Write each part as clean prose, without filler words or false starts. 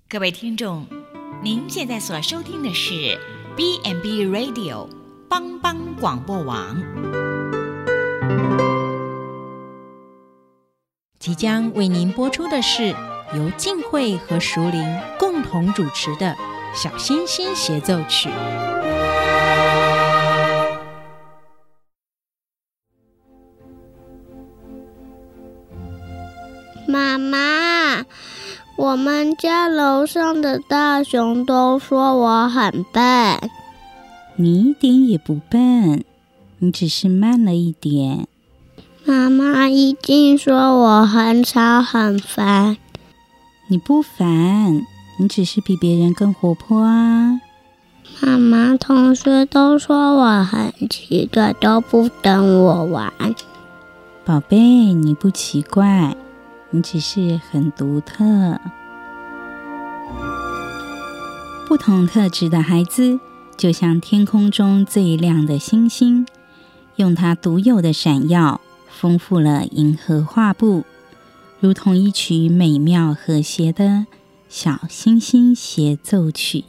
各位听众，您现在所收听的是 B&B Radio 帮帮广播网。即将为您播出的是由静慧和淑玲共同主持的小星星协奏曲。 妈妈，我们家楼上的大熊都说我很笨。 你一点也不笨，你只是慢了一点。 妈妈一定说我很吵很烦。 你不烦，你只是比别人更活泼啊。 妈妈，同学都说我很奇怪，都不跟我玩。 宝贝，你不奇怪，你只是很独特。不同特质的孩子，就像天空中最亮的星星，用它独有的闪耀，丰富了银河画布，如同一曲美妙和谐的小星星协奏曲。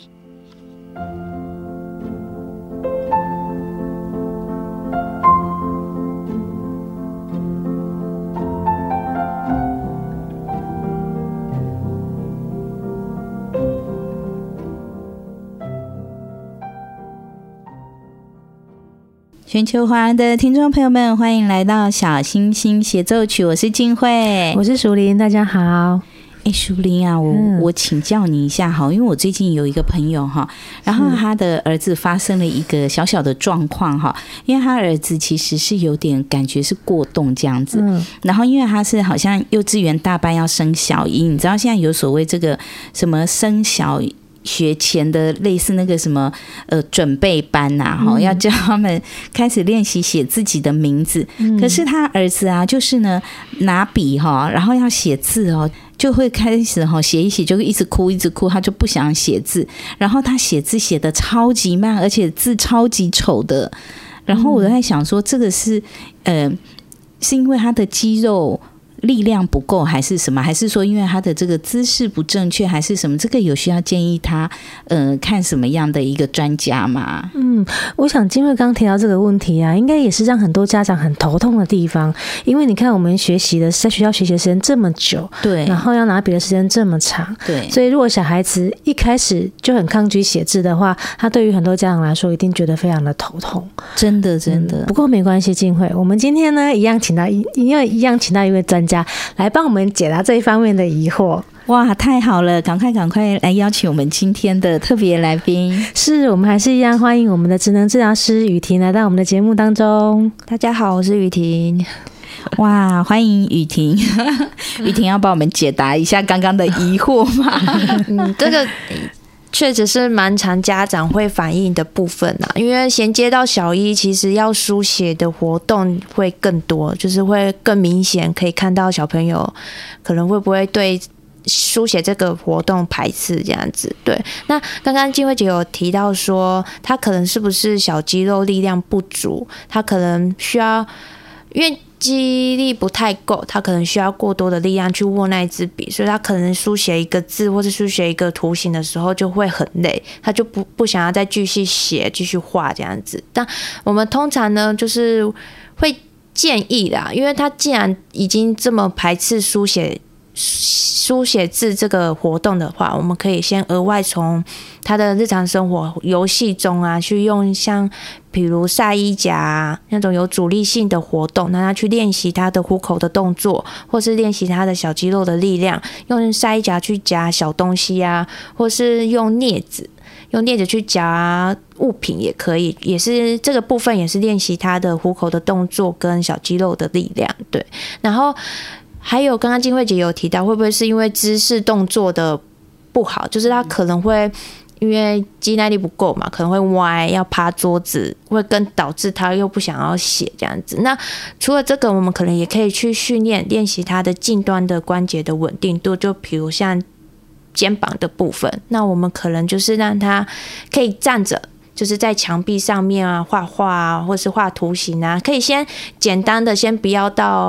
全球华人的听众朋友们，欢迎来到小星星协奏曲，我是静慧， 我是淑玲，大家好。 淑玲啊，我请教你一下哈，因为我最近有一个朋友哈，然后他的儿子发生了一个小小的状况哈，因为他儿子其实是有点感觉是过动这样子，然后因为他是好像幼稚园大班要升小一，你知道现在有所谓这个什么升小学前的类似那个什么准备班啊，要叫他们开始练习写自己的名字，可是他儿子啊就是呢拿笔然后要写字就会开始写一写就一直哭，他就不想写字，然后他写字写得超级慢，而且字超级丑的，然后我在想说这个是因为他的肌肉力量不够还是什么，还是说因为他的这个姿势不正确还是什么，这个有需要建议他看什么样的一个专家吗？ 我想静慧刚提到这个问题啊，应该也是让很多家长很头痛的地方，因为你看我们学习的在学校学习的时间这么久，对，然后要拿笔的时间这么长，对，所以如果小孩子一开始就很抗拒写字的话，他对于很多家长来说一定觉得非常的头痛，真的不过没关系，静慧，我们今天呢一样请到一位专家来帮我们解答这一方面的疑惑。 哇，太好了，赶快来邀请我们今天的特别来宾。是， 我们还是一样欢迎我们的职能治疗师雨婷来到我们的节目当中。 大家好，我是雨婷。 哇，欢迎雨婷。雨婷要帮我们解答一下刚刚的疑惑吗？ 这个确实是蛮常家长会反映的部分啊，因为衔接到小一，其实要书写的活动会更多，就是会更明显，可以看到小朋友可能会不会对书写这个活动排斥这样子。对，那刚刚静慧姐有提到说，他可能是不是小肌肉力量不足，他可能需要，因为记忆力不太够，他可能需要过多的力量去握那一支笔，所以他可能书写一个字或是书写一个图形的时候就会很累，他就不想要再继续写继续画这样子。但我们通常呢就是会建议啦，因为他既然已经这么排斥书写字这个活动的话，我们可以先额外从他的日常生活游戏中啊，去用像比如晒衣夹啊那种有阻力性的活动，让他去练习他的虎口的动作，或是练习他的小肌肉的力量，用晒衣夹去夹小东西啊，或是用镊子去夹物品也可以，也是这个部分也是练习他的虎口的动作跟小肌肉的力量。对，然后还有刚刚静慧姐有提到，会不会是因为姿势动作的不好，就是他可能会因为肌耐力不够嘛，可能会歪，要趴桌子，会导致他又不想要写这样子。那除了这个，我们可能也可以去训练习他的近端的关节的稳定度，就比如像肩膀的部分，那我们可能就是让他可以站着，就是在墙壁上面啊画画啊，或是画图形啊，可以先简单的先不要到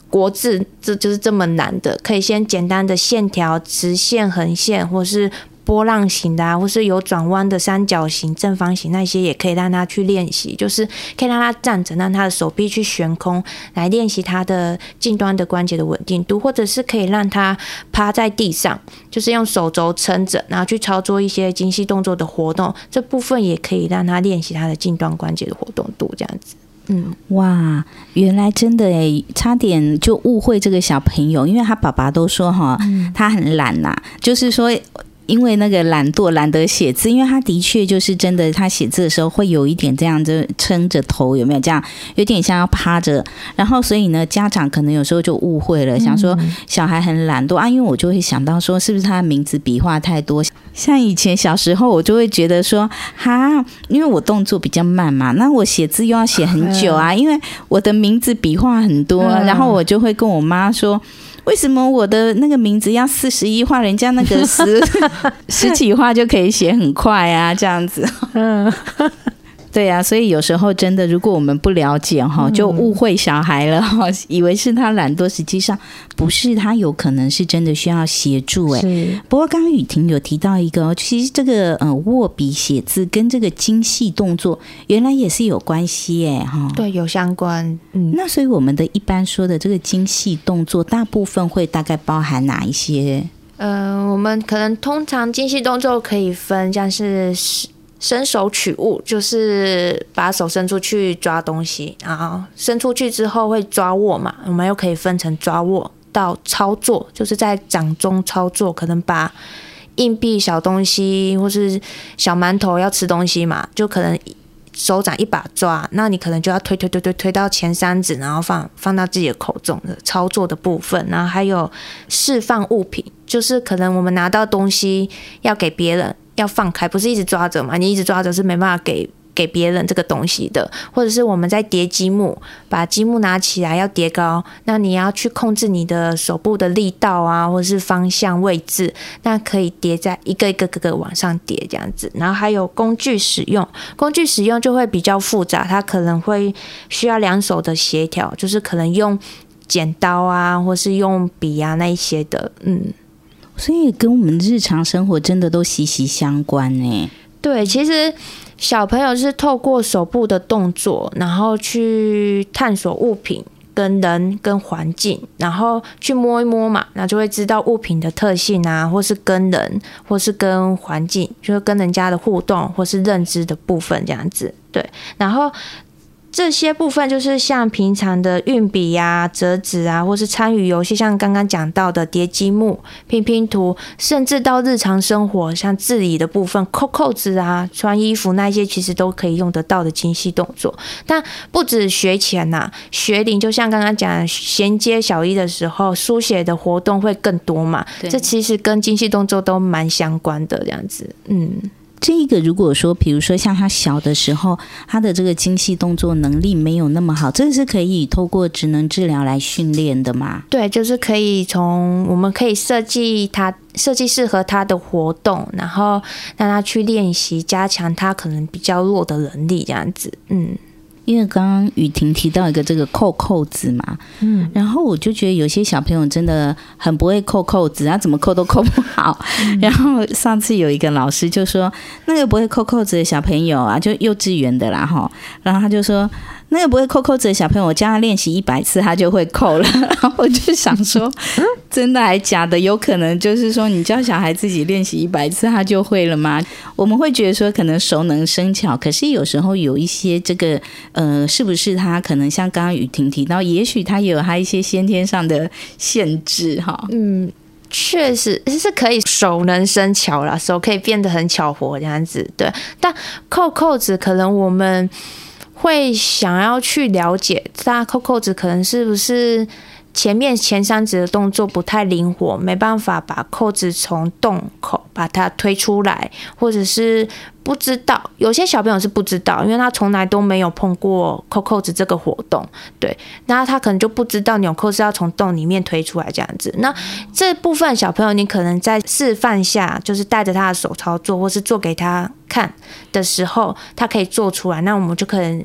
国字这就是这么难的，可以先简单的线条，直线、横线，或是波浪形的或是有转弯的三角形、正方形，那些也可以让他去练习，就是可以让他站着，让他的手臂去悬空，来练习他的近端的关节的稳定度，或者是可以让他趴在地上，就是用手肘撑着，然后去操作一些精细动作的活动，这部分也可以让他练习他的近端关节的活动度，这样子。 哇，原来真的差点就误会这个小朋友，因为他爸爸都说他很懒呐，就是说因为那个懒惰懒得写字，因为他的确就是真的，他写字的时候会有一点这样子撑着头，有没有这样？有点像要趴着，然后所以呢，家长可能有时候就误会了，想说小孩很懒惰因为我就会想到说，是不是他的名字笔画太多？像以前小时候，我就会觉得说，因为我动作比较慢嘛，那我写字又要写很久因为我的名字笔画很多，然后我就会跟我妈说，为什么我的那个名字要41画，人家那个十几画就可以写很快这样子。对啊，所以有时候真的，如果我们不了解就误会小孩了以为是他懒惰，实际上不是，他有可能是真的需要协助不过刚刚雨婷有提到一个其实这个握笔写字跟这个精细动作原来也是有关系对，有相关。 那所以我们的一般说的这个精细动作，大部分会大概包含哪一些？ 我们可能通常精细动作可以分，像是伸手取物，就是把手伸出去抓东西，然后伸出去之后会抓握嘛，我们又可以分成抓握到操作，就是在掌中操作，可能把硬币、小东西或是小馒头要吃东西嘛，就可能手掌一把抓，那你可能就要推到前三指，然后放到自己的口中的操作的部分。然后还有释放物品，就是可能我们拿到东西要给别人，要放开，不是一直抓着嘛，你一直抓着是没办法给别人这个东西的。或者是我们在叠积木，把积木拿起来要叠高，那你要去控制你的手部的力道或者是方向位置，那可以叠在一个一个往上叠这样子。然后还有工具使用就会比较复杂，它可能会需要两手的协调，就是可能用剪刀或是用笔那一些的。 所以跟我们日常生活真的都息息相关对，其实小朋友是透过手部的动作，然后去探索物品跟人跟环境，然后去摸一摸嘛，然后就会知道物品的特性或是跟人或是跟环境，就是跟人家的互动或是认知的部分这样子。对，然后这些部分就是像平常的运笔折纸或是参与游戏，像刚刚讲到的叠积木、拼图，甚至到日常生活像自理的部分，扣子穿衣服那些，其实都可以用得到的精细动作。但不止学前学龄，就像刚刚讲衔接小一的时候，书写的活动会更多嘛，这其实跟精细动作都蛮相关的这样子。 这个如果说比如说像他小的时候，他的这个精细动作能力没有那么好，这是可以透过职能治疗来训练的吗？ 对，就是可以我们可以设计适合他的活动，然后让他去练习，加强他可能比较弱的能力这样子。 因为刚刚雨婷提到一个这个扣子嘛，然后我就觉得有些小朋友真的很不会扣扣子，他怎么扣都扣不好。然后上次有一个老师就说，那个不会扣扣子的小朋友就幼稚园的啦然后他就说，那个不会扣扣子的小朋友，我教他练习100次，他就会扣了。然后我就想说，真的还假的？有可能就是说，你教小孩自己练习100次，他就会了吗？我们会觉得说，可能熟能生巧，可是有时候有一些这个是不是他可能像刚刚雨婷提到，也许他也有他一些先天上的限制确实是可以熟能生巧啦，手可以变得很巧活这样子。对，但扣子可能我们会想要去了解，他扣子可能是不是前3指的动作不太灵活，没办法把扣子从洞口把它推出来，或者是不知道，有些小朋友是不知道，因为他从来都没有碰过扣子这个活动。对，那他可能就不知道纽扣是要从洞里面推出来这样子。那这部分小朋友，你可能在示范下，就是带着他的手操作，或是做给他看的时候，他可以做出来，那我们就可能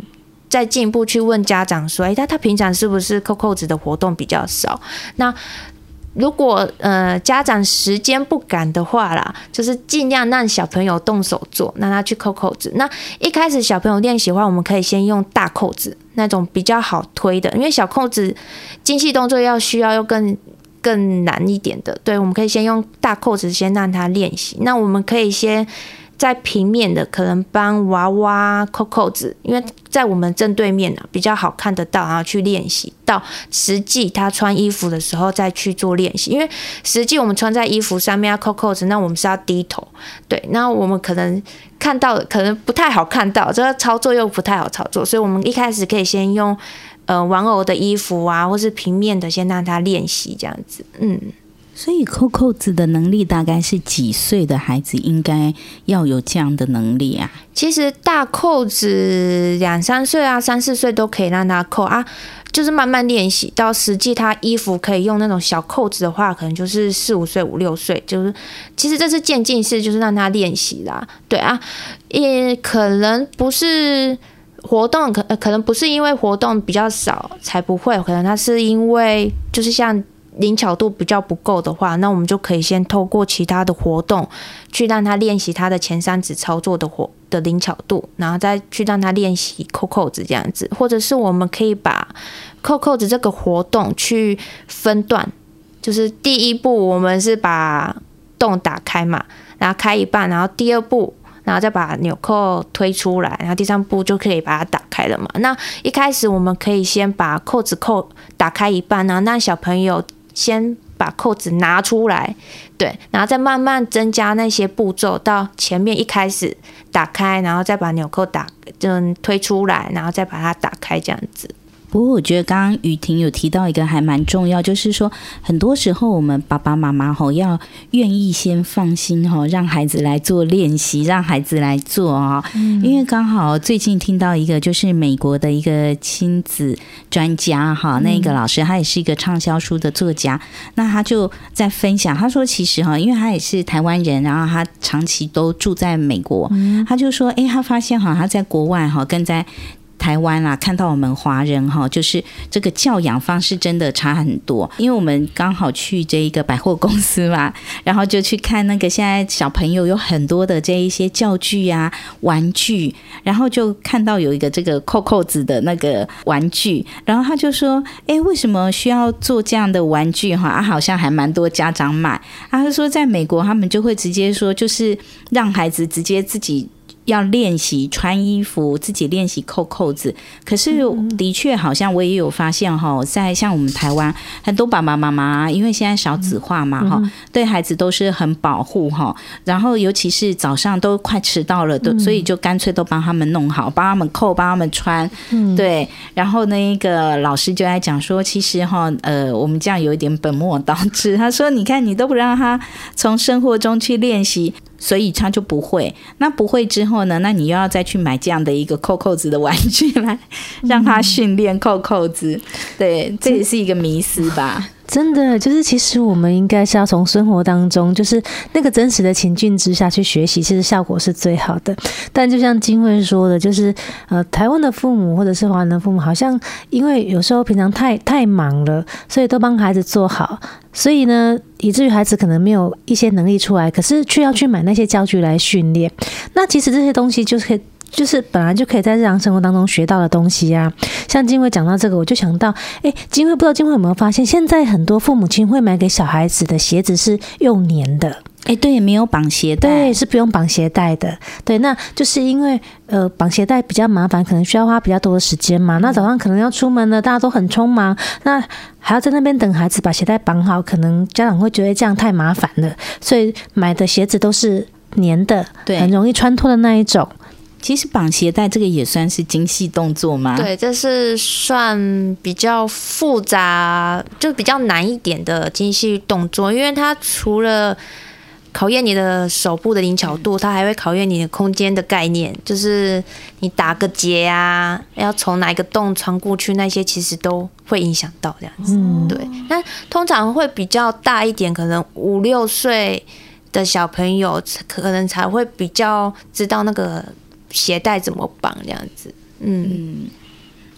再进一步去问家长说，他平常是不是扣扣子的活动比较少？那如果家长时间不赶的话啦，就是尽量让小朋友动手做，让他去扣扣子。那一开始小朋友练习的话，我们可以先用大扣子，那种比较好推的，因为小扣子精细动作需要又更难一点的。对，我们可以先用大扣子先让他练习。那我们可以先在平面的可能帮娃娃扣扣子，因为在我们正对面比较好看得到，然后去练习。到实际他穿衣服的时候再去做练习，因为实际我们穿在衣服上面要扣扣子，那我们是要低头。对，那我们可能看到可能不太好看到，这个操作又不太好操作，所以我们一开始可以先用玩偶的衣服啊，或是平面的先让他练习这样子。 所以扣扣子的能力大概是几岁的孩子应该要有这样的能力啊？ 其实大扣子2-3岁啊，3-4岁都可以让他扣啊，就是慢慢练习。到实际他衣服可以用那种小扣子的话，可能就是4-5岁、5-6岁，就是其实这是渐进式，就是让他练习啦。对啊，也可能不是活动，可能不是因为活动比较少才不会，可能他是因为就是像灵巧度比较不够的话，那我们就可以先透过其他的活动去让他练习他的前3指操作的灵巧度，然后再去让他练习扣扣子这样子。或者是我们可以把扣扣子这个活动去分段，就是第一步我们是把洞打开嘛，然后开一半，然后第2步然后再把纽扣推出来，然后第3步就可以把它打开了嘛。那一开始我们可以先把扣子打开一半，然后让小朋友先把扣子拿出来，对，然后再慢慢增加那些步骤，到前面一开始打开，然后再把纽扣推出来，然后再把它打开这样子。 不过我觉得刚刚雨婷有提到一个还蛮重要，就是说很多时候我们爸爸妈妈要愿意先放心让孩子来做练习，让孩子来做因为刚好最近听到一个就是美国的一个亲子专家那个老师他也是一个畅销书的作家，那他就在分享，他说其实因为他也是台湾人，然后他长期都住在美国，他就说他发现他在国外跟在台湾啦，看到我们华人就是这个教养方式真的差很多。因为我们刚好去这一个百货公司嘛，然后就去看那个现在小朋友有很多的这一些教具啊、玩具，然后就看到有一个这个扣扣子的那个玩具，然后他就说：“为什么需要做这样的玩具？好像还蛮多家长买。”他就说，在美国他们就会直接说，就是让孩子直接自己要练习穿衣服，自己练习扣扣子。可是的确好像我也有发现在像我们台湾很多爸爸妈妈，因为现在少子化嘛对孩子都是很保护然后尤其是早上都快迟到了所以就干脆都帮他们弄好，帮他们扣，帮他们穿对。然后那个老师就在讲说，其实我们这样有一点本末倒置。他说你看你都不让他从生活中去练习，所以他就不会，那不会之后呢，那你又要再去买这样的一个扣扣子的玩具来让他训练扣扣子。对，这也是一个迷思吧。 真的就是其实我们应该是要从生活当中，就是那个真实的情境之下去学习，其实效果是最好的。但就像金慧说的，就是台湾的父母或者是华人的父母，好像因为有时候平常太忙了，所以都帮孩子做好，所以呢以至于孩子可能没有一些能力出来，可是却要去买那些教具来训练。那其实这些东西就是本来就可以在日常生活当中学到的东西啊。像金慧讲到这个，我就想到金慧不知道金慧有没有发现，现在很多父母亲会买给小孩子的鞋子是用粘的。 对，没有绑鞋带。 对，是不用绑鞋带的。对，那就是因为绑鞋带比较麻烦，可能需要花比较多的时间嘛。那早上可能要出门了，大家都很匆忙，那还要在那边等孩子把鞋带绑好，可能家长会觉得这样太麻烦了，所以买的鞋子都是粘的，很容易穿脱的那一种。 其实绑鞋带这个也算是精细动作吗？ 对，这是算比较复杂，就比较难一点的精细动作，因为它除了考验你的手部的灵巧度，它还会考验你的空间的概念，就是你打个结啊，要从哪一个洞穿过去，那些其实都会影响到这样子。对，那通常会比较大一点，可能5-6岁的小朋友可能才会比较知道那个鞋带怎么绑这样子。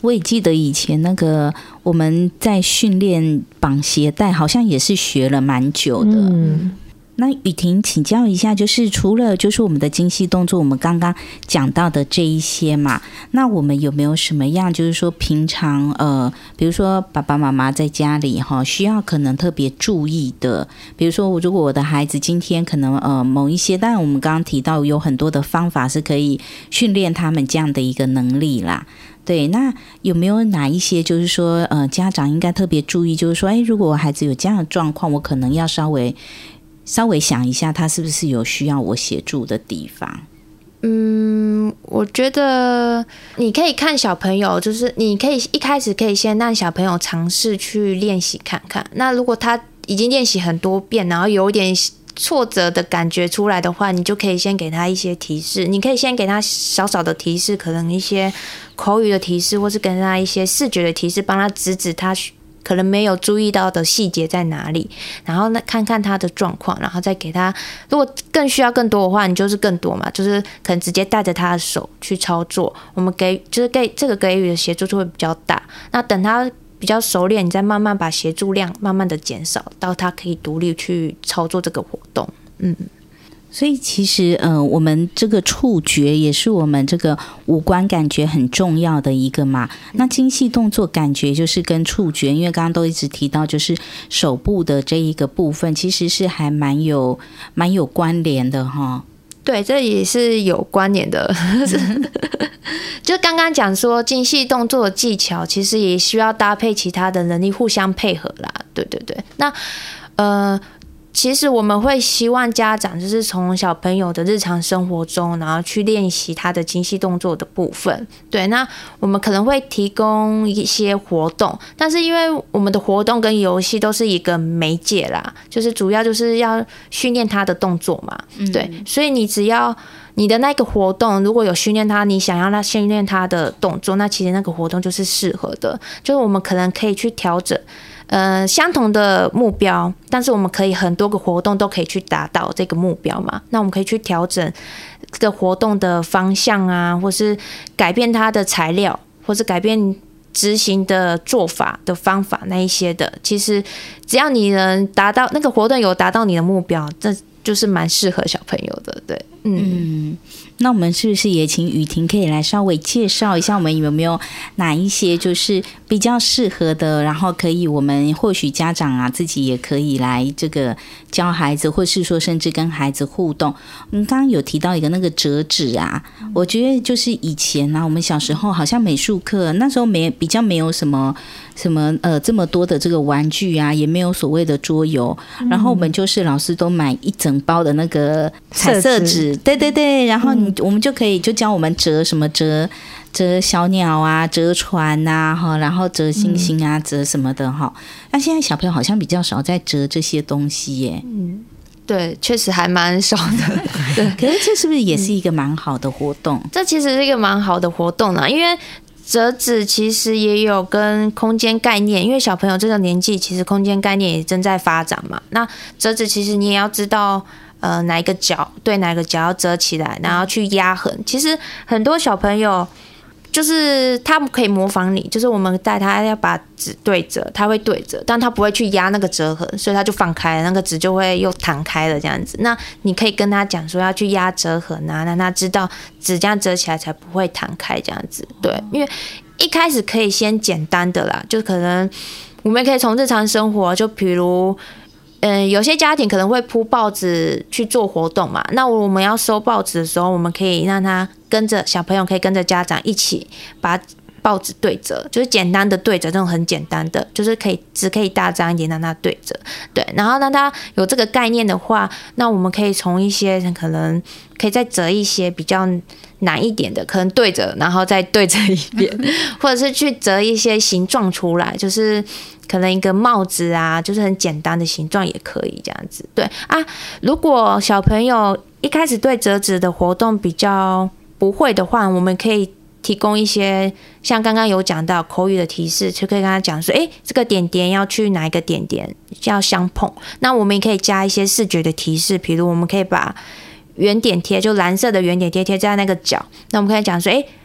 我也记得以前那个我们在训练绑鞋带，好像也是学了蛮久的。那雨婷请教一下，就是除了就是我们的精细动作，我们刚刚讲到的这一些嘛，那我们有没有什么样就是说平常比如说爸爸妈妈在家里哈，需要可能特别注意的，比如说如果我的孩子今天可能某一些，当然我们刚刚提到有很多的方法是可以训练他们这样的一个能力啦。对，那有没有哪一些就是说家长应该特别注意，就是说如果我孩子有这样的状况，我可能要稍微想一下他是不是有需要我协助的地方。 我觉得你可以看小朋友，就是你可以一开始可以先让小朋友尝试去练习看看，那如果他已经练习很多遍，然后有一点挫折的感觉出来的话，你就可以先给他一些提示，你可以先给他少少的提示，可能一些口语的提示，或是给他一些视觉的提示，帮他指他可能没有注意到的细节在哪里，然后看看他的状况，然后再给他，如果更需要更多的话，你就是更多嘛，就是可能直接带着他的手去操作，我们就是这个给予的协助就会比较大，那等他比较熟练，你再慢慢把协助量慢慢的减少，到他可以独立去操作这个活动。 所以其实我们这个触觉也是我们这个五官感觉很重要的一个嘛。那精细动作感觉就是跟触觉，因为刚刚都一直提到就是手部的这一个部分，其实是还蛮有关联的哈。 对，这也是有关联的。就刚刚讲说精细动作的技巧，其实也需要搭配其他的能力互相配合啦。对，那其实我们会希望家长就是从小朋友的日常生活中，然后去练习他的精细动作的部分。对，那我们可能会提供一些活动，但是因为我们的活动跟游戏都是一个媒介啦，就是主要就是要训练他的动作嘛。对，所以你只要你的那个活动如果有训练他，你想要他训练他的动作，那其实那个活动就是适合的，就是我们可能可以去调整相同的目标，但是我们可以很多个活动都可以去达到这个目标嘛。那我们可以去调整这个活动的方向啊，或是改变它的材料，或是改变执行的做法的方法那一些的。其实只要你能达到那个活动有达到你的目标，这就是蛮适合小朋友的。对， 那我们是不是也请雨婷可以来稍微介绍一下，我们有没有哪一些就是比较适合的，然后可以我们或许家长啊自己也可以来这个教孩子，或是说甚至跟孩子互动。刚刚有提到一个那个折纸啊，我觉得就是以前啊，我们小时候好像美术课那时候比较没有什么这么多的这个玩具啊，也没有所谓的桌游，然后我们就是老师都买一整包的那个彩色纸，对，然后我们就可以就教我们折什么折小鸟啊，折船啊，然后折星星啊，折什么的哈。那现在小朋友好像比较少在折这些东西耶。 对，确实还蛮少的。对， 可是这是不是也是一个蛮好的活动？ 这其实是一个蛮好的活动啊，因为折纸其实也有跟空间概念，因为小朋友这个年纪，其实空间概念也正在发展嘛。那折纸其实你也要知道。哪一个角对哪个角要折起来，然后去压痕。其实很多小朋友就是他可以模仿你，就是我们带他要把纸对折，他会对折，但他不会去压那个折痕，所以他就放开了，那个纸就会又弹开了这样子。那你可以跟他讲说要去压折痕啊，让他知道纸这样折起来才不会弹开这样子。对，因为一开始可以先简单的啦，就可能我们可以从日常生活，就比如。有些家庭可能会铺报纸去做活动嘛，那我们要收报纸的时候，我们可以让他跟着小朋友，可以跟着家长一起把报纸对折，就是简单的对折，这种很简单的，就是只可以大张一点让他对折，对，然后让他有这个概念的话，那我们可以从一些可能可以再折一些比较难一点的，可能对折然后再对折一遍，或者是去折一些形状出来，就是可能一个帽子啊，就是很简单的形状也可以这样子。对啊，如果小朋友一开始对折纸的活动比较不会的话，我们可以提供一些像刚刚有讲到口语的提示，就可以跟他讲说，这个点点要去哪一个点点要相碰。那我们也可以加一些视觉的提示，比如我们可以把圆点贴，就蓝色的圆点贴在那个角。那我们可以讲说，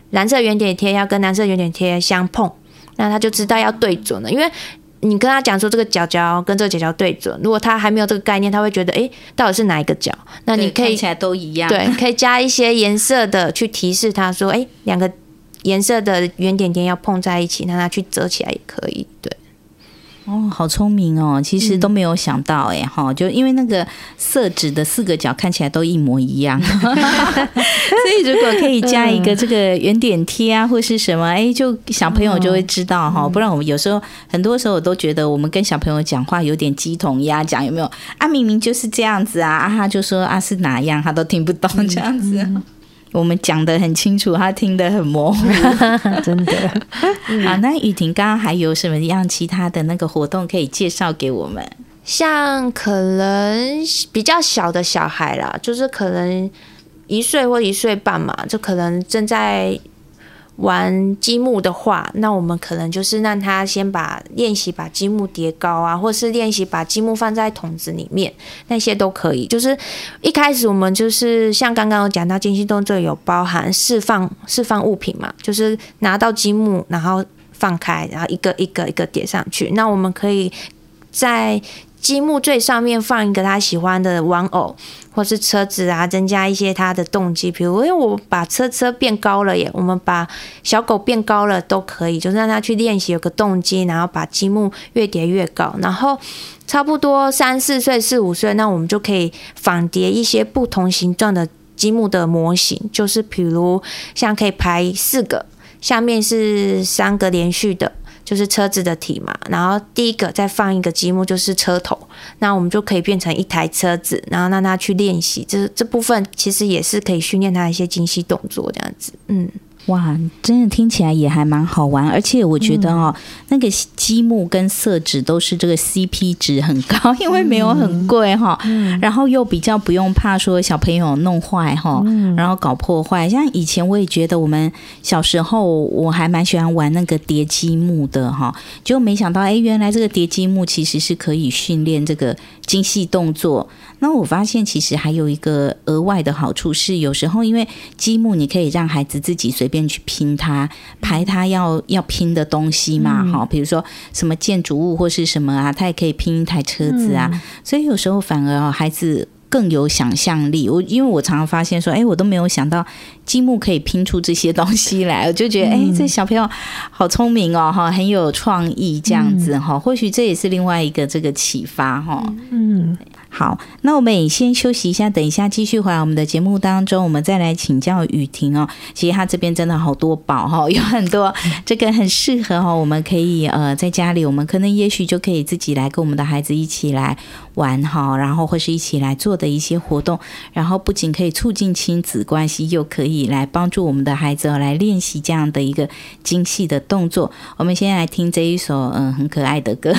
蓝色圆点贴要跟蓝色圆点贴相碰，那他就知道要对准了。因为你跟他讲说这个角角跟这个角角对准，如果他还没有这个概念，他会觉得到底是哪一个角？那你可以看起来都一样， 对，可以加一些颜色的去提示他说，两个颜色的圆点点要碰在一起，让他去折起来也可以。对。 哦，好聪明哦！其实都没有想到就因为那个色纸的4个角看起来都一模一样，所以如果可以加一个这个圆点贴啊，或是什么，就小朋友就会知道不然我们有时候很多时候我都觉得我们跟小朋友讲话有点鸡同鸭讲，有没有啊？明明就是这样子啊，他就说啊是哪样，他都听不懂这样子。我们讲得很清楚，他听得很模糊， 真的。 好，那雨婷刚刚还有什么样其他的那个活动可以介绍给我们？ 像可能比较小的小孩啦，就是可能1岁或1岁半嘛，就可能正在玩积木的话，那我们可能就是让他先练习把积木叠高啊，或是练习把积木放在桶子里面，那些都可以。就是一开始我们就是像刚刚有讲到精细动作有包含释放物品嘛，就是拿到积木然后放开，然后一个一个一个叠上去。那我们可以在积木最上面放一个他喜欢的玩偶或是车子啊，增加一些他的动机，比如我把车变高了耶，我们把小狗变高了都可以，就是让他去练习有个动机，然后把积木越叠越高。然后差不多3、4岁、4、5岁，那我们就可以仿叠一些不同形状的积木的模型，就是比如像可以排4个，下面是3个连续的，就是车子的体嘛，然后第一个再放一个积木就是车头，那我们就可以变成一台车子，然后让他去练习，这部分其实也是可以训练他一些精细动作这样子。 哇，真的听起来也还蛮好玩，而且我觉得那个积木跟色纸都是这个 CP 值很高，因为没有很贵然后又比较不用怕说小朋友弄坏然后搞破坏。像以前我也觉得我们小时候我还蛮喜欢玩那个叠积木的就没想到原来这个叠积木其实是可以训练这个精细动作。那我发现其实还有一个额外的好处是，有时候因为积木你可以让孩子自己随便去拼它，排它要拼的东西嘛比如说什么建筑物或是什么啊，他也可以拼一台车子啊，所以有时候反而孩子更有想象力。因为我常常发现说我都没有想到积木可以拼出这些东西来，我就觉得这小朋友好聪明很有创意这样子或许这也是另外一个这个启发好，那我们也先休息一下，等一下继续回来我们的节目当中，我们再来请教雨婷其实他这边真的好多宝有很多这个很适合我们可以在家里，我们可能也许就可以自己来跟我们的孩子一起来玩然后或是一起来做的一些活动，然后不仅可以促进亲子关系，又可以来帮助我们的孩子来练习这样的一个精细的动作。我们先来听这一首很可爱的歌。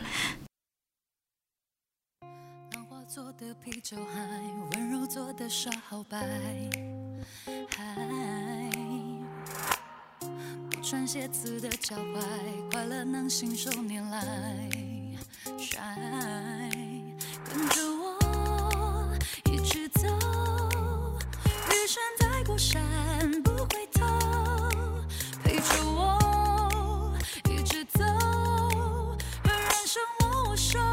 啤酒海，温柔做的沙好白，不穿鞋子的脚踝，快乐能信手拈来。跟着我一直走，雨伞带过山不回头，陪着我一直走，让人生握握手。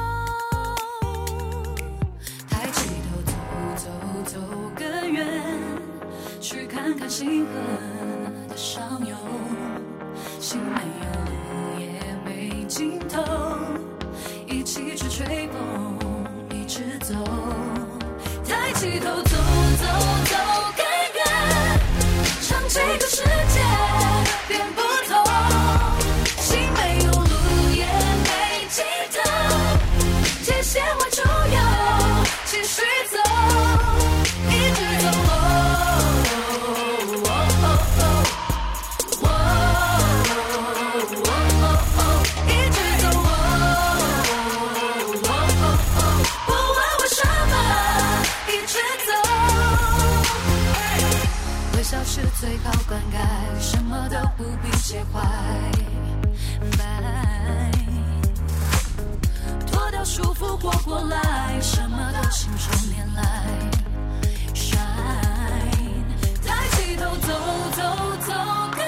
走更远，去看看星河的上游，心没有路也没尽头，一起去吹风，一直走，抬起头，走更远，让这个世界变不同，心没有路也没尽头，界限会出游，继续走。是最好灌溉，什么都不必介怀。脱掉束缚活来，什么都信手拈来。Shine， 抬起头，走更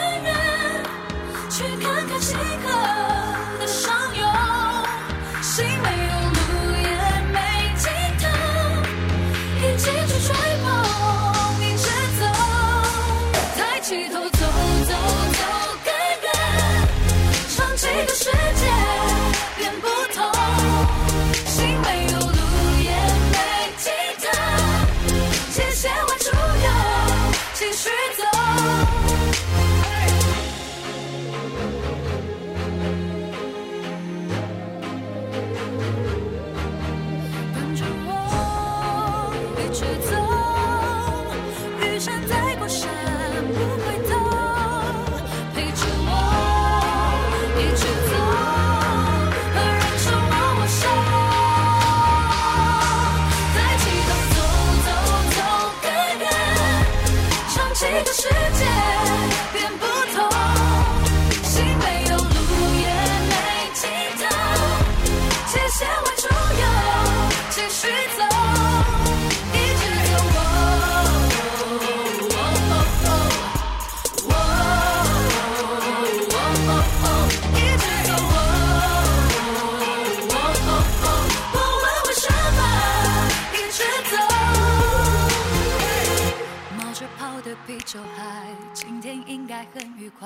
啤酒嗨，今天应该很愉快。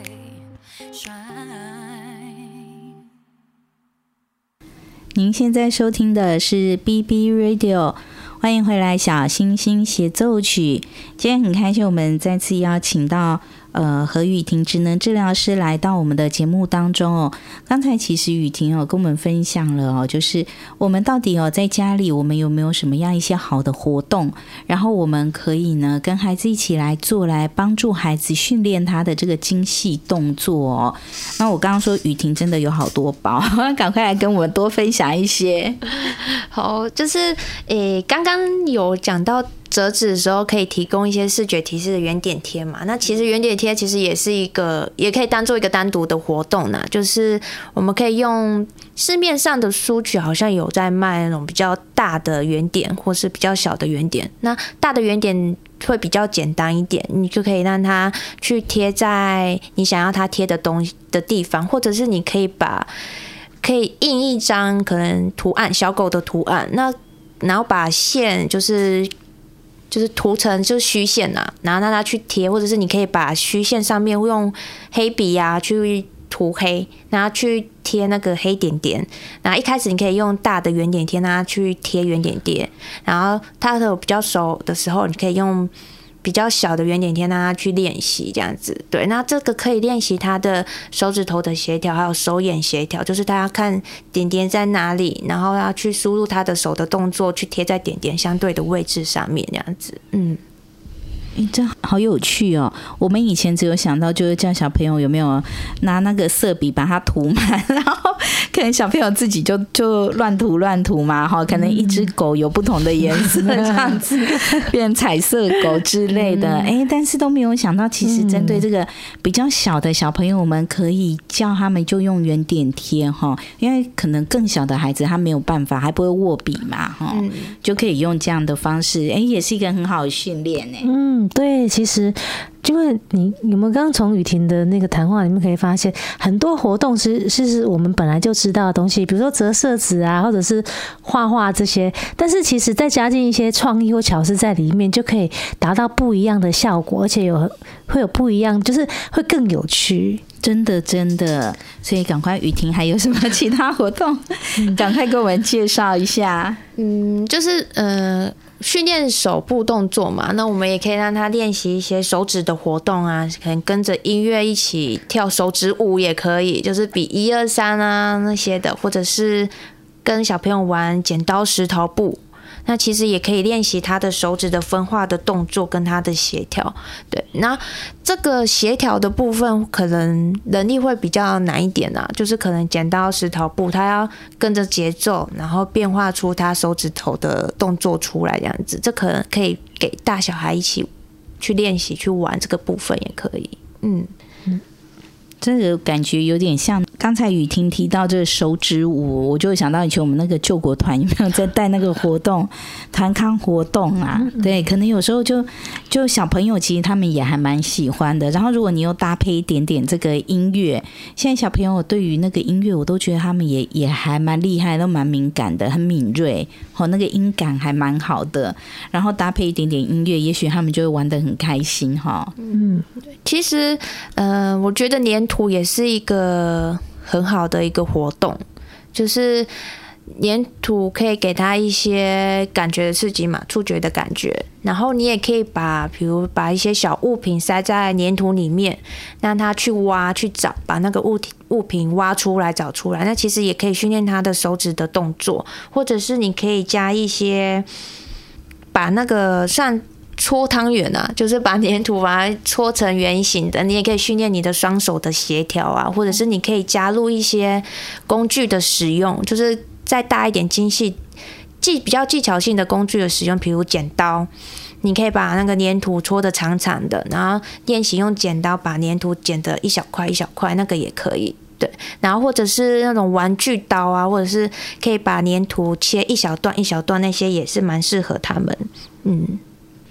您现在收听的是 BB Radio， 欢迎回来小星星协奏曲。今天很开心，我们再次邀请到何雨婷职能治疗师来到我们的节目当中哦。刚才其实雨婷跟我们分享了哦，就是我们到底在家里我们有没有什么样一些好的活动，然后我们可以呢跟孩子一起来做，来帮助孩子训练他的这个精细动作哦。那我刚刚说雨婷真的有好多宝，赶快来跟我们多分享一些。 好，就是刚刚有讲到折纸的时候可以提供一些视觉提示的圆点贴嘛，那其实圆点贴其实也是一个，也可以当做一个单独的活动啦，就是我们可以用市面上的书局好像有在卖那种比较大的圆点或是比较小的圆点，那大的圆点会比较简单一点，你就可以让它去贴在你想要它贴的东西的地方，或者是你可以印一张可能图案，小狗的图案，然后把线就是涂成就是虚线啊，然后让它去贴，或者是你可以把虚线上面用黑笔啊去涂黑，然后去贴那个黑点点。然后一开始你可以用大的圆点贴，让它去贴圆点贴，然后它比较熟的时候，你可以用比较小的圆点贴让它去练习这样子。对，那这个可以练习他的手指头的协调，还有手眼协调，就是他要看点点在哪里，然后要去输入他的手的动作，去贴在点点相对的位置上面这样子。 这好有趣哦！我们以前只有想到就是叫小朋友有没有拿那个色笔把它涂满，然后可能小朋友自己就乱涂嘛，可能一只狗有不同的颜色这样子变彩色狗之类的，但是都没有想到其实针对这个比较小的小朋友，我们可以叫他们就用圆点贴，因为可能更小的孩子他没有办法，还不会握笔嘛，就可以用这样的方式，也是一个很好的训练。 对，其实因为你有没有刚刚从雨婷的那个谈话里面可以发现，很多活动是我们本来就知道的东西，比如说折色纸啊，或者是画画这些，但是其实再加进一些创意或巧思在里面，就可以达到不一样的效果，而且会有不一样，就是会更有趣。 真的，所以赶快雨婷还有什么其他活动，赶快给我们介绍一下。 就是训练手部动作嘛，那我们也可以让他练习一些手指的活动啊，可能跟着音乐一起跳手指舞也可以，就是比1、2、3啊那些的，或者是跟小朋友玩剪刀石头布。那其实也可以练习他的手指的分化的动作跟他的协调。对，那这个协调的部分可能能力会比较难一点啊，就是可能剪刀石头布，他要跟着节奏，然后变化出他手指头的动作出来这样子。这可能可以给大小孩一起去练习去玩，这个部分也可以。 这个感觉有点像刚才雨婷提到这个手指舞，我就想到以前我们那个救国团有没有在带那个活动团康活动啊？对，可能有时候就小朋友其实他们也还蛮喜欢的。然后如果你又搭配一点点这个音乐，现在小朋友对于那个音乐，我都觉得他们也还蛮厉害，都蛮敏感的，很敏锐，那个音感还蛮好的。然后搭配一点点音乐，也许他们就会玩得很开心哈。 其实我觉得粘土也是一个很好的一个活动，就是粘土可以给他一些感觉的刺激嘛，触觉的感觉，然后你也可以比如把一些小物品塞在粘土里面，让他去挖去找，把那个物品挖出来找出来，那其实也可以训练他的手指的动作，或者是你可以加一些把那个像搓汤圆啊，就是把粘土把它搓成圆形的，你也可以训练你的双手的协调啊，或者是你可以加入一些工具的使用，就是再大一点精细比较技巧性的工具的使用，比如剪刀，你可以把那个粘土搓得长长的，然后练习用剪刀把粘土剪得一小块一小块，那个也可以。对，然后或者是那种玩具刀啊，或者是可以把粘土切一小段一小段，那些也是蛮适合他们。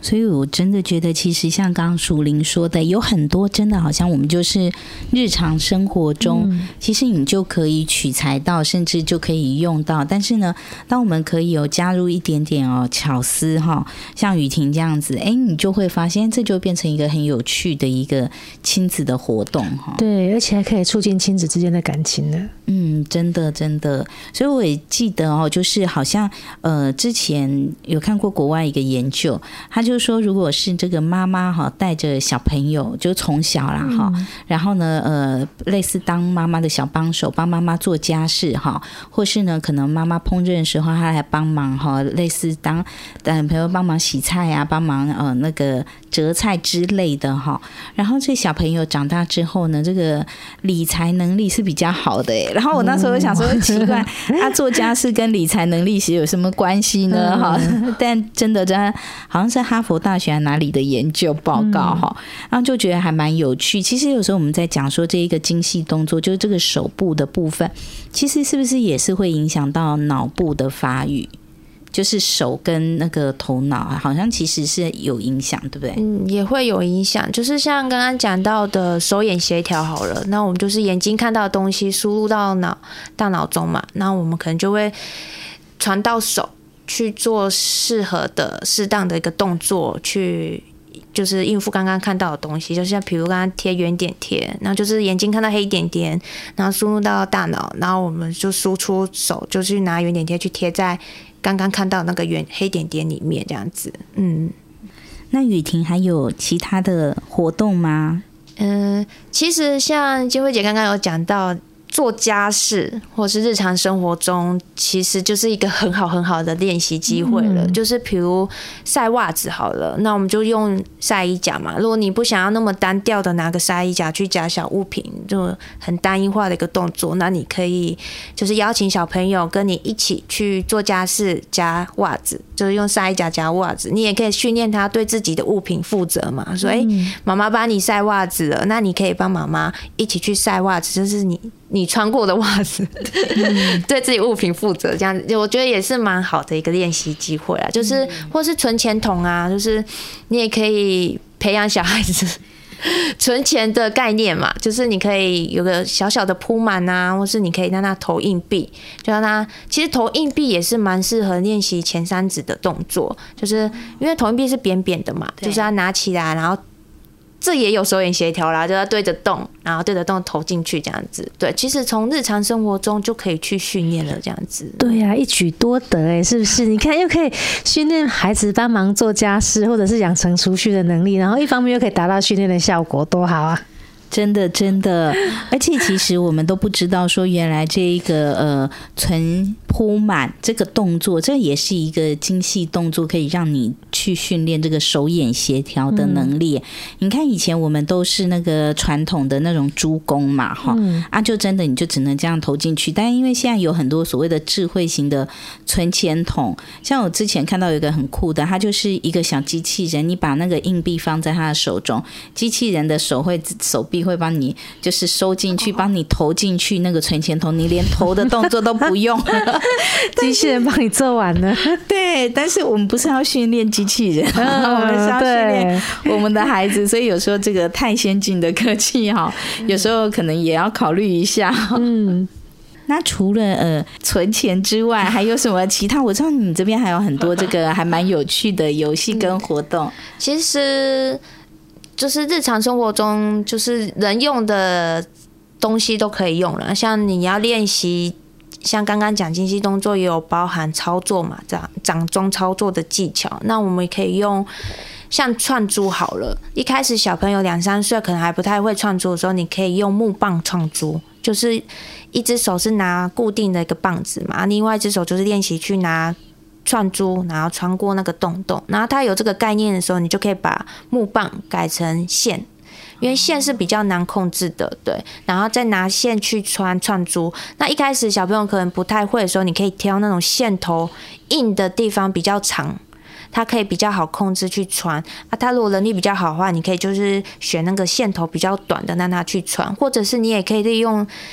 所以我真的觉得，其实像刚刚淑玲说的，有很多真的好像我们就是日常生活中，其实你就可以取材到，甚至就可以用到。但是呢，当我们可以有加入一点点巧思哈，像雨婷这样子，你就会发现这就变成一个很有趣的一个亲子的活动哈。 对，而且还可以促进亲子之间的感情呢。 真的真的。所以我也记得就是好像之前有看过国外一个研究，他就是说，如果是这个妈妈带着小朋友，就从小啦然后呢类似当妈妈的小帮手，帮妈妈做家事或是呢可能妈妈烹饪的时候，他来帮忙类似当朋友帮忙洗菜啊，帮忙那个折菜之类的然后这小朋友长大之后呢，这个理财能力是比较好的然后我那时候想说奇怪，做家事跟理财能力是有什么关系呢但真的好像是哈佛大学哪里的研究报告然后就觉得还蛮有趣。其实有时候我们在讲说这一个精细动作，就是这个手部的部分，其实是不是也是会影响到脑部的发育？就是手跟那个头脑好像其实是有影响，对不对？ 也会有影响。就是像刚刚讲到的手眼协调好了，那我们就是眼睛看到的东西输入到大脑中嘛，那我们可能就会传到手去做适当的一个动作，去就是应付刚刚看到的东西。就像比如刚刚贴圆点贴，然后就是眼睛看到黑点点，然后输入到大脑，然后我们就输出手就去拿圆点贴去贴在刚刚看到那个黑点点里面，这样子。 那雨婷还有其他的活动吗？ 其实像金慧姐刚刚有讲到，做家事或是日常生活中，其实就是一个很好的练习机会了。就是比如晒袜子好了，那我们就用晒衣夹嘛。如果你不想要那么单调的拿个晒衣夹去夹小物品，就很单一化的一个动作，那你可以就是邀请小朋友跟你一起去做家事，夹袜子，就是用晒衣夹夹袜子。你也可以训练他对自己的物品负责嘛。所以妈妈帮你晒袜子了，那你可以帮妈妈一起去晒袜子，就是你穿过的袜子，对自己物品负责，这样子我觉得也是蛮好的一个练习机会啦。就是或是存钱筒啊，就是你也可以培养小孩子存钱的概念嘛。就是你可以有个小小的铺满啊，或是你可以让他投硬币，就让他其实投硬币也是蛮适合练习前三指的动作，就是因为投硬币是扁扁的嘛，就是要拿起来，然后这也有手眼协调啦，就要对着动，然后对着动投进去这样子。对，其实从日常生活中就可以去训练了，这样子。 对呀，一举多得是不是？你看，又可以训练孩子帮忙做家事，或者是养成储蓄的能力，然后一方面又可以达到训练的效果，多好啊！ 真的，而且其实我们都不知道说，原来这一个存铺满这个动作，这也是一个精细动作，可以让你去训练这个手眼协调的能力。你看以前我们都是那个传统的那种猪公嘛，就真的你就只能这样投进去。但因为现在有很多所谓的智慧型的存钱筒，像我之前看到有一个很酷的，它就是一个小机器人，你把那个硬币放在他的手中，机器人的手臂会帮你就是收进去，帮你投进去那个存钱筒，你连投的动作都不用机器人帮你做完了。 对，但是我们不是要训练机器人，我们是要训练我们的孩子，所以有时候这个太先进的科技有时候可能也要考虑一下。那除了存钱之外，还有什么其他？我知道你这边还有很多这个还蛮有趣的游戏跟活动。 其实就是日常生活中，就是人用的东西都可以用了。像你要练习，像刚刚讲精细动作，也有包含操作嘛，掌中操作的技巧。那我们也可以用像串珠好了。一开始小朋友2-3岁可能还不太会串珠的时候，你可以用木棒串珠，就是一只手是拿固定的一个棒子嘛，另外一只手就是练习去拿串珠，然后穿过那个洞洞。然后他有这个概念的时候，你就可以把木棒改成线，因为线是比较难控制的，对。然后再拿线去串珠。那一开始小朋友可能不太会的时候，你可以挑那种线头硬的地方比较长，它可以比较好控制去穿他如果能力比较好的话，你可以就是选那个线头比较短的让他去穿，或者是你也可以利用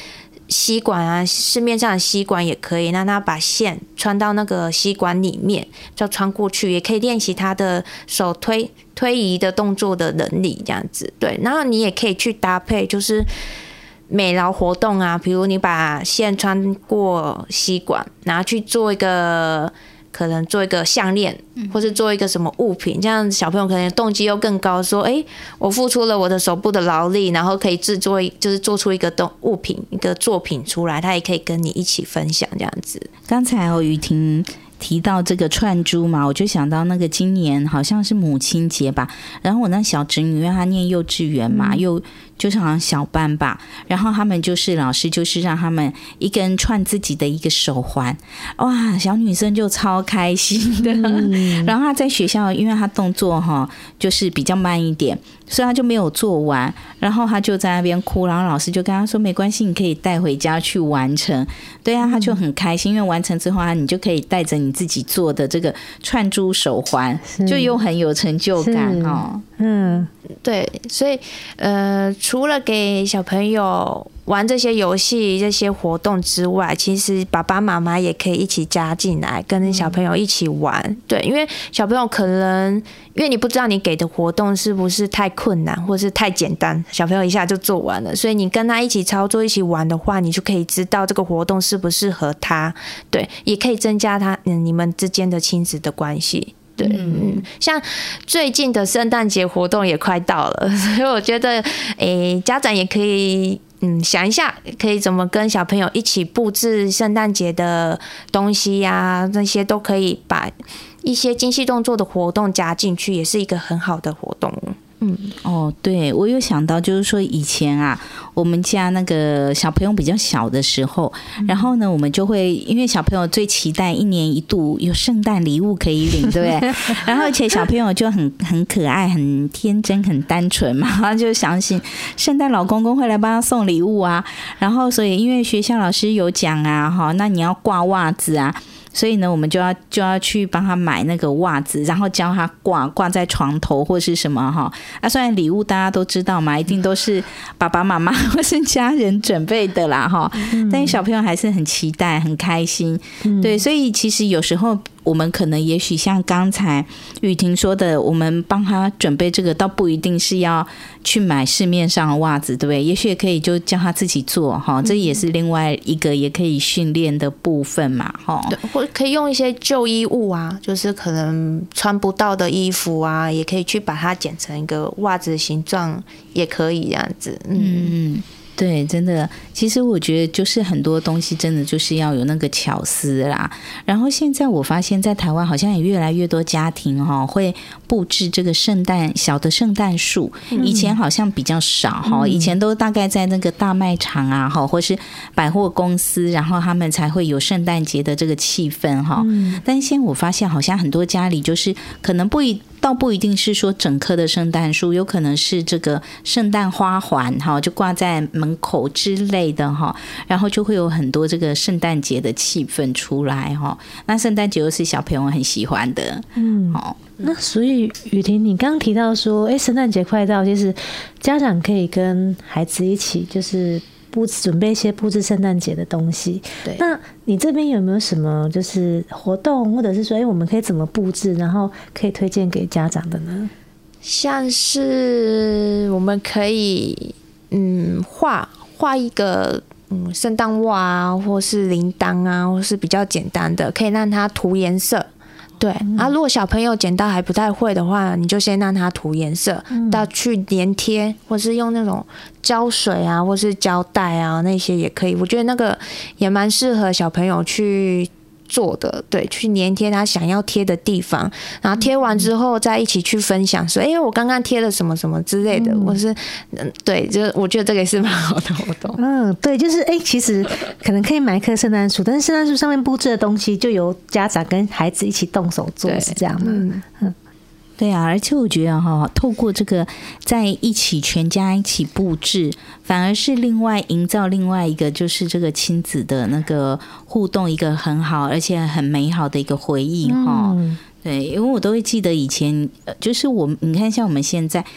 吸管啊，市面上的吸管也可以，让他把线穿到那个吸管里面，就穿过去，也可以练习他的手推移的动作的能力，这样子。对，然后你也可以去搭配，就是美劳活动啊，比如你把线穿过吸管，然后去做一个。可能做一个项链，或是做一个什么物品，这样小朋友可能动机又更高，说，我付出了我的手部的劳力，然后可以就是做出一个物品、一个作品出来，他也可以跟你一起分享这样子。 刚才雨婷提到这个串珠嘛，我就想到那个今年好像是母亲节吧，然后我那小侄女因为她念幼稚园嘛，就是好像小班吧，然后他们就是老师就是让他们一个人串自己的一个手环，哇，小女生就超开心的。然后她在学校，因为她动作就是比较慢一点，所以她就没有做完，然后她就在那边哭，然后老师就跟她说没关系，你可以带回家去完成。对啊，她就很开心，因为完成之后你就可以带着你自己做的这个串珠手环，就又很有成就感哦。 对，所以除了给小朋友玩这些游戏、这些活动之外，其实爸爸妈妈也可以一起加进来，跟小朋友一起玩。对，因为小朋友可能因为你不知道你给的活动是不是太困难，或是太简单，小朋友一下就做完了，所以你跟他一起操作、一起玩的话，你就可以知道这个活动适不适合他。对，也可以增加你们之间的亲子的关系。对，像最近的圣诞节活动也快到了，所以我觉得，家长也可以，想一下，可以怎么跟小朋友一起布置圣诞节的东西呀，那些都可以把一些精细动作的活动加进去，也是一个很好的活动。 对，我有想到，就是说以前啊，我们家那个小朋友比较小的时候，然后呢，我们就会因为小朋友最期待一年一度有圣诞礼物可以领，对不对？然后而且小朋友就很可爱、很天真、很单纯嘛，他就相信圣诞老公公会来帮他送礼物啊。然后所以因为学校老师有讲啊，那你要挂袜子啊。所以呢，我们就要去帮他买那个袜子，然后教他挂在床头或是什么哈。虽然礼物大家都知道嘛，一定都是爸爸妈妈或是家人准备的啦哈，但是小朋友还是很期待、很开心。对，所以其实有时候我们可能也许像刚才雨婷说的，我们帮他准备这个，倒不一定是要去买市面上的袜子，对不对？也许也可以就叫他自己做哈，这也是另外一个也可以训练的部分嘛哈。 对，或可以用一些旧衣物啊，就是可能穿不到的衣服啊，也可以去把它剪成一个袜子的形状，也可以这样子。 对，真的，其实我觉得就是很多东西真的就是要有那个巧思啦。然后现在我发现在台湾好像也越来越多家庭会布置这个小的圣诞树，以前好像比较少以前都大概在那个大卖场啊或是百货公司，然后他们才会有圣诞节的这个气氛但现在我发现好像很多家里就是可能倒不一定是说整棵的圣诞树，有可能是这个圣诞花环就挂在门口之类的然后就会有很多这个圣诞节的气氛出来那圣诞节又是小朋友很喜欢的那所以雨婷你刚刚提到说圣诞节快到，其实家长可以跟孩子一起就是准备一些布置圣诞节的东西。对，那你这边有没有什么就是活动，或者是说我们可以怎么布置，然后可以推荐给家长的呢？ 像是我们可以画一个圣诞袜啊，或是铃铛啊，或是比较简单的，可以让它涂颜色。对如果小朋友剪刀还不太会的话，你就先让他涂颜色，到去粘贴，或是用那种胶水啊，或是胶带啊，那些也可以。我觉得那个也蛮适合小朋友去做的，对，去粘贴他想要贴的地方，然后贴完之后再一起去分享说我刚刚贴了什么什么之类的，或是对，就我觉得这个也是蛮好的活动。 对，就是其实可能可以买一棵圣诞树，但是圣诞树上面布置的东西就由家长跟孩子一起动手做，是这样吗？ 对啊，而且我觉得透过这个在一起全家一起布置，反而是营造另外一个就是这个亲子的那个互动，一个很好而且很美好的一个回忆对，因为我都会记得以前就是你看像我们现在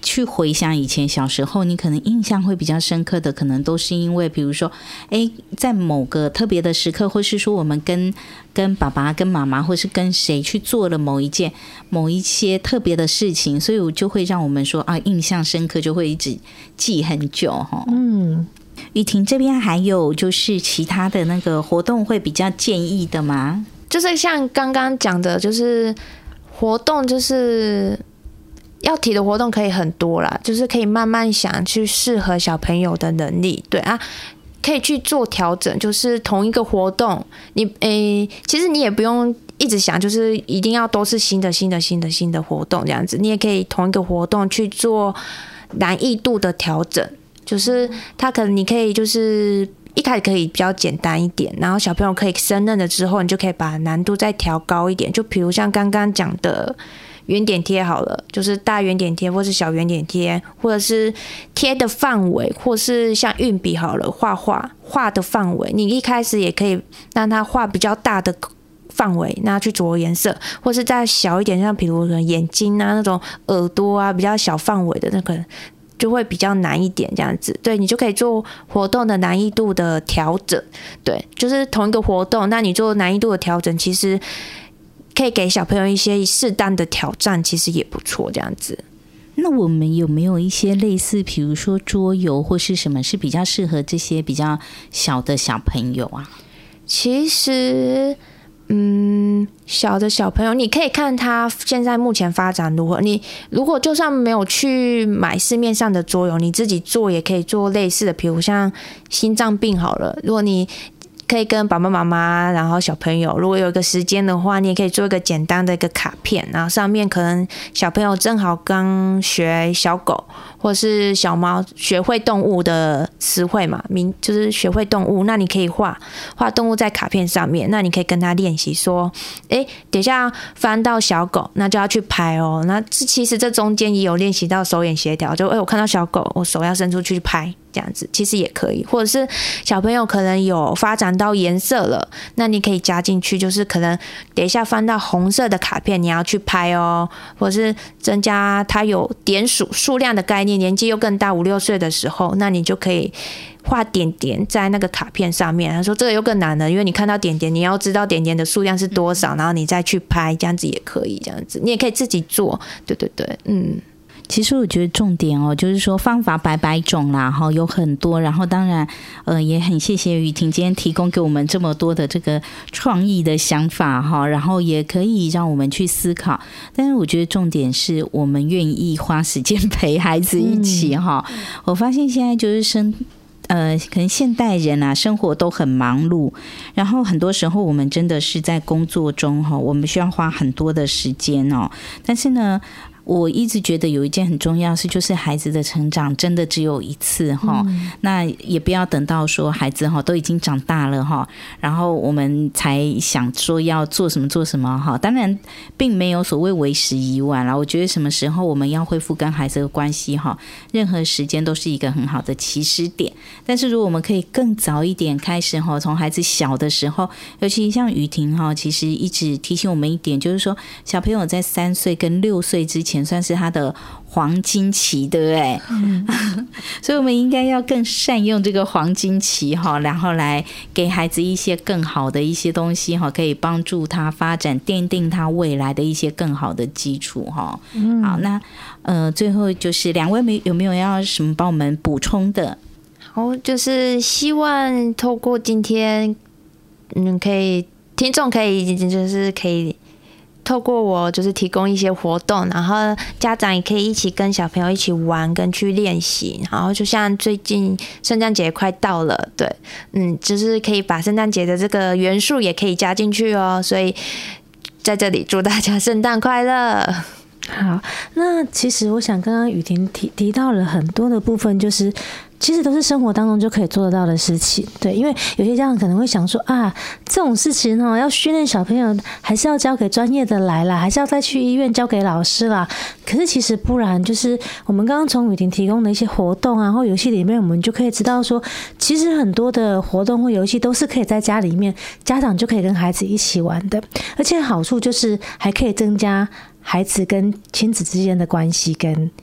去回想以前小时候，你可能印象会比较深刻的，可能都是因为比如说在某个特别的时刻，或是说我们跟爸爸跟妈妈或是跟谁去做了某一些特别的事情，所以我就会让我们说印象深刻，就会一直记很久。雨婷这边还有就是其他的那个活动会比较建议的吗？ 就是像刚刚讲的，就是活动就是要提的活动可以很多啦，就是可以慢慢想去适合小朋友的能力，对啊，可以去做调整。就是同一个活动，其实你也不用一直想，就是一定要都是新的活动这样子，你也可以同一个活动去做难易度的调整。就是它可能你可以就是一开始可以比较简单一点，然后小朋友可以胜任了之后，你就可以把难度再调高一点。就比如像刚刚讲的圆点贴好了，就是大圆点贴或是小圆点贴，或者是贴的范围，或是像运笔好了，画的范围，你一开始也可以让它画比较大的范围，那去着颜色，或是再小一点，像比如眼睛啊那种耳朵啊比较小范围的那个就会比较难一点这样子。对，你就可以做活动的难易度的调整。对，就是同一个活动，那你做难易度的调整，其实可以给小朋友一些适当的挑战，其实也不错这样子。 那我们有没有一些类似比如说桌游或是什么是比较适合这些比较小的小朋友啊？ 其实小的小朋友，你可以看他现在目前发展如何。你如果就算没有去买市面上的桌游，你自己做也可以做类似的，比如像心脏病好了，如果你可以跟爸爸妈妈，然后小朋友，如果有一个时间的话，你也可以做一个简单的一个卡片，然后上面可能小朋友正好刚学小狗或是小猫，学会动物的词汇嘛，就是学会动物，那你可以画动物在卡片上面，那你可以跟他练习说，等一下翻到小狗，那就要去拍哦。那其实这中间也有练习到手眼协调，就我看到小狗，我手要伸出去拍。这样子其实也可以，或者是小朋友可能有发展到颜色了，那你可以加进去，就是可能等一下翻到红色的卡片，你要去拍哦，或者是增加它有点数量的概念，年纪又更大5-6岁的时候，那你就可以画点点在那个卡片上面。他说这个又更难了，因为你看到点点，你要知道点点的数量是多少，然后你再去拍，这样子也可以，这样子你也可以自己做，对对对， 其实我觉得重点就是说方法百种啦，有很多，然后当然也很谢谢雨婷今天提供给我们这么多的这个创意的想法然后也可以让我们去思考。但是我觉得重点是我们愿意花时间陪孩子一起我发现现在就是可能现代人啊，生活都很忙碌，然后很多时候我们真的是在工作中我们需要花很多的时间但是呢，我一直觉得有一件很重要的事，就是孩子的成长真的只有一次那也不要等到说孩子都已经长大了然后我们才想说要做什么当然并没有所谓为时已晚啦。我觉得什么时候我们要恢复跟孩子的关系任何时间都是一个很好的起始点。但是如果我们可以更早一点开始从孩子小的时候，尤其像雨婷其实一直提醒我们一点，就是说小朋友在3岁跟6岁之前算是他的黄金期，对不对？所以我们应该要更善用这个黄金期然后来给孩子一些更好的一些东西可以帮助他发展，奠定他未来的一些更好的基础好，那最后就是两位有没有要什么帮我们补充的？ 好，就是希望透过今天听众可以透过我就是提供一些活动，然后家长也可以一起跟小朋友一起玩跟去练习，然后就像最近圣诞节快到了，对，就是可以把圣诞节的这个元素也可以加进去哦，所以在这里祝大家圣诞快乐。 好，那其实我想刚刚雨婷提到了很多的部分，就是其实都是生活当中就可以做得到的事情。对，因为有些家长可能会想说这种事情要训练小朋友还是要交给专业的来啦，还是要再去医院交给老师啦。可是其实不然，就是我们刚刚从雨婷提供的一些活动或游戏里面，我们就可以知道说，其实很多的活动或游戏都是可以在家里面家长就可以跟孩子一起玩的，而且好处就是还可以增加孩子跟亲子之间的关系跟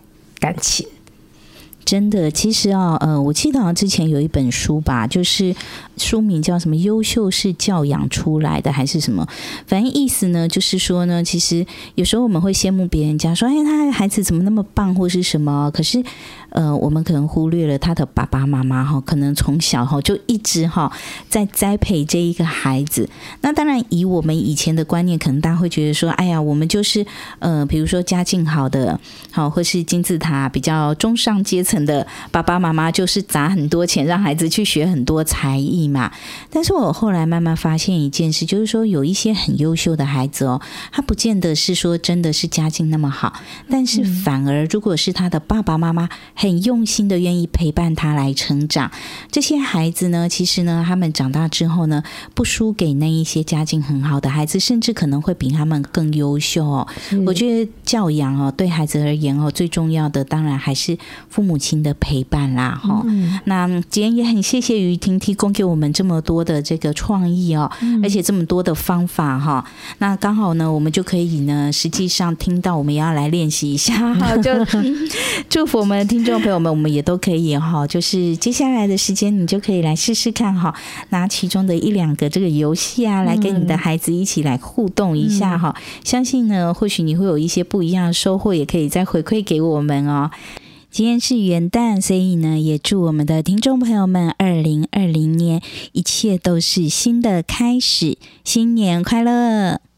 感情。 真的，其实我记得好像之前有一本书吧，就是书名叫什么"优秀是教养出来的"还是什么，反正意思呢，就是说呢，其实有时候我们会羡慕别人家说，哎，他的孩子怎么那么棒，或是什么，可是我们可能忽略了他的爸爸妈妈哈，可能从小哈就一直哈在栽培这一个孩子。那当然，以我们以前的观念，可能大家会觉得说，哎呀，我们就是比如说家境好的，好或是金字塔比较中上阶层的爸爸妈妈，就是砸很多钱让孩子去学很多才艺嘛。但是我后来慢慢发现一件事，就是说有一些很优秀的孩子他不见得是说真的是家境那么好，但是反而如果是他的爸爸妈妈很用心的愿意陪伴他来成长，这些孩子呢，其实呢他们长大之后呢，不输给那一些家境很好的孩子，甚至可能会比他们更优秀我觉得教养对孩子而言最重要的当然还是父母亲的陪伴啦那今天也很谢谢于婷提供给我们这么多的这个创意而且这么多的方法那刚好呢我们就可以呢实际上听到，我们也要来练习一下就祝福我们的听众朋友们，我们也都可以就是接下来的时间你就可以来试试看拿其中的1-2个这个游戏来跟你的孩子一起来互动一下相信呢或许你会有一些不一样的收获，也可以再回馈给我们今天是元旦，所以呢也祝我们的听众朋友们2020年一切都是新的开始，新年快乐。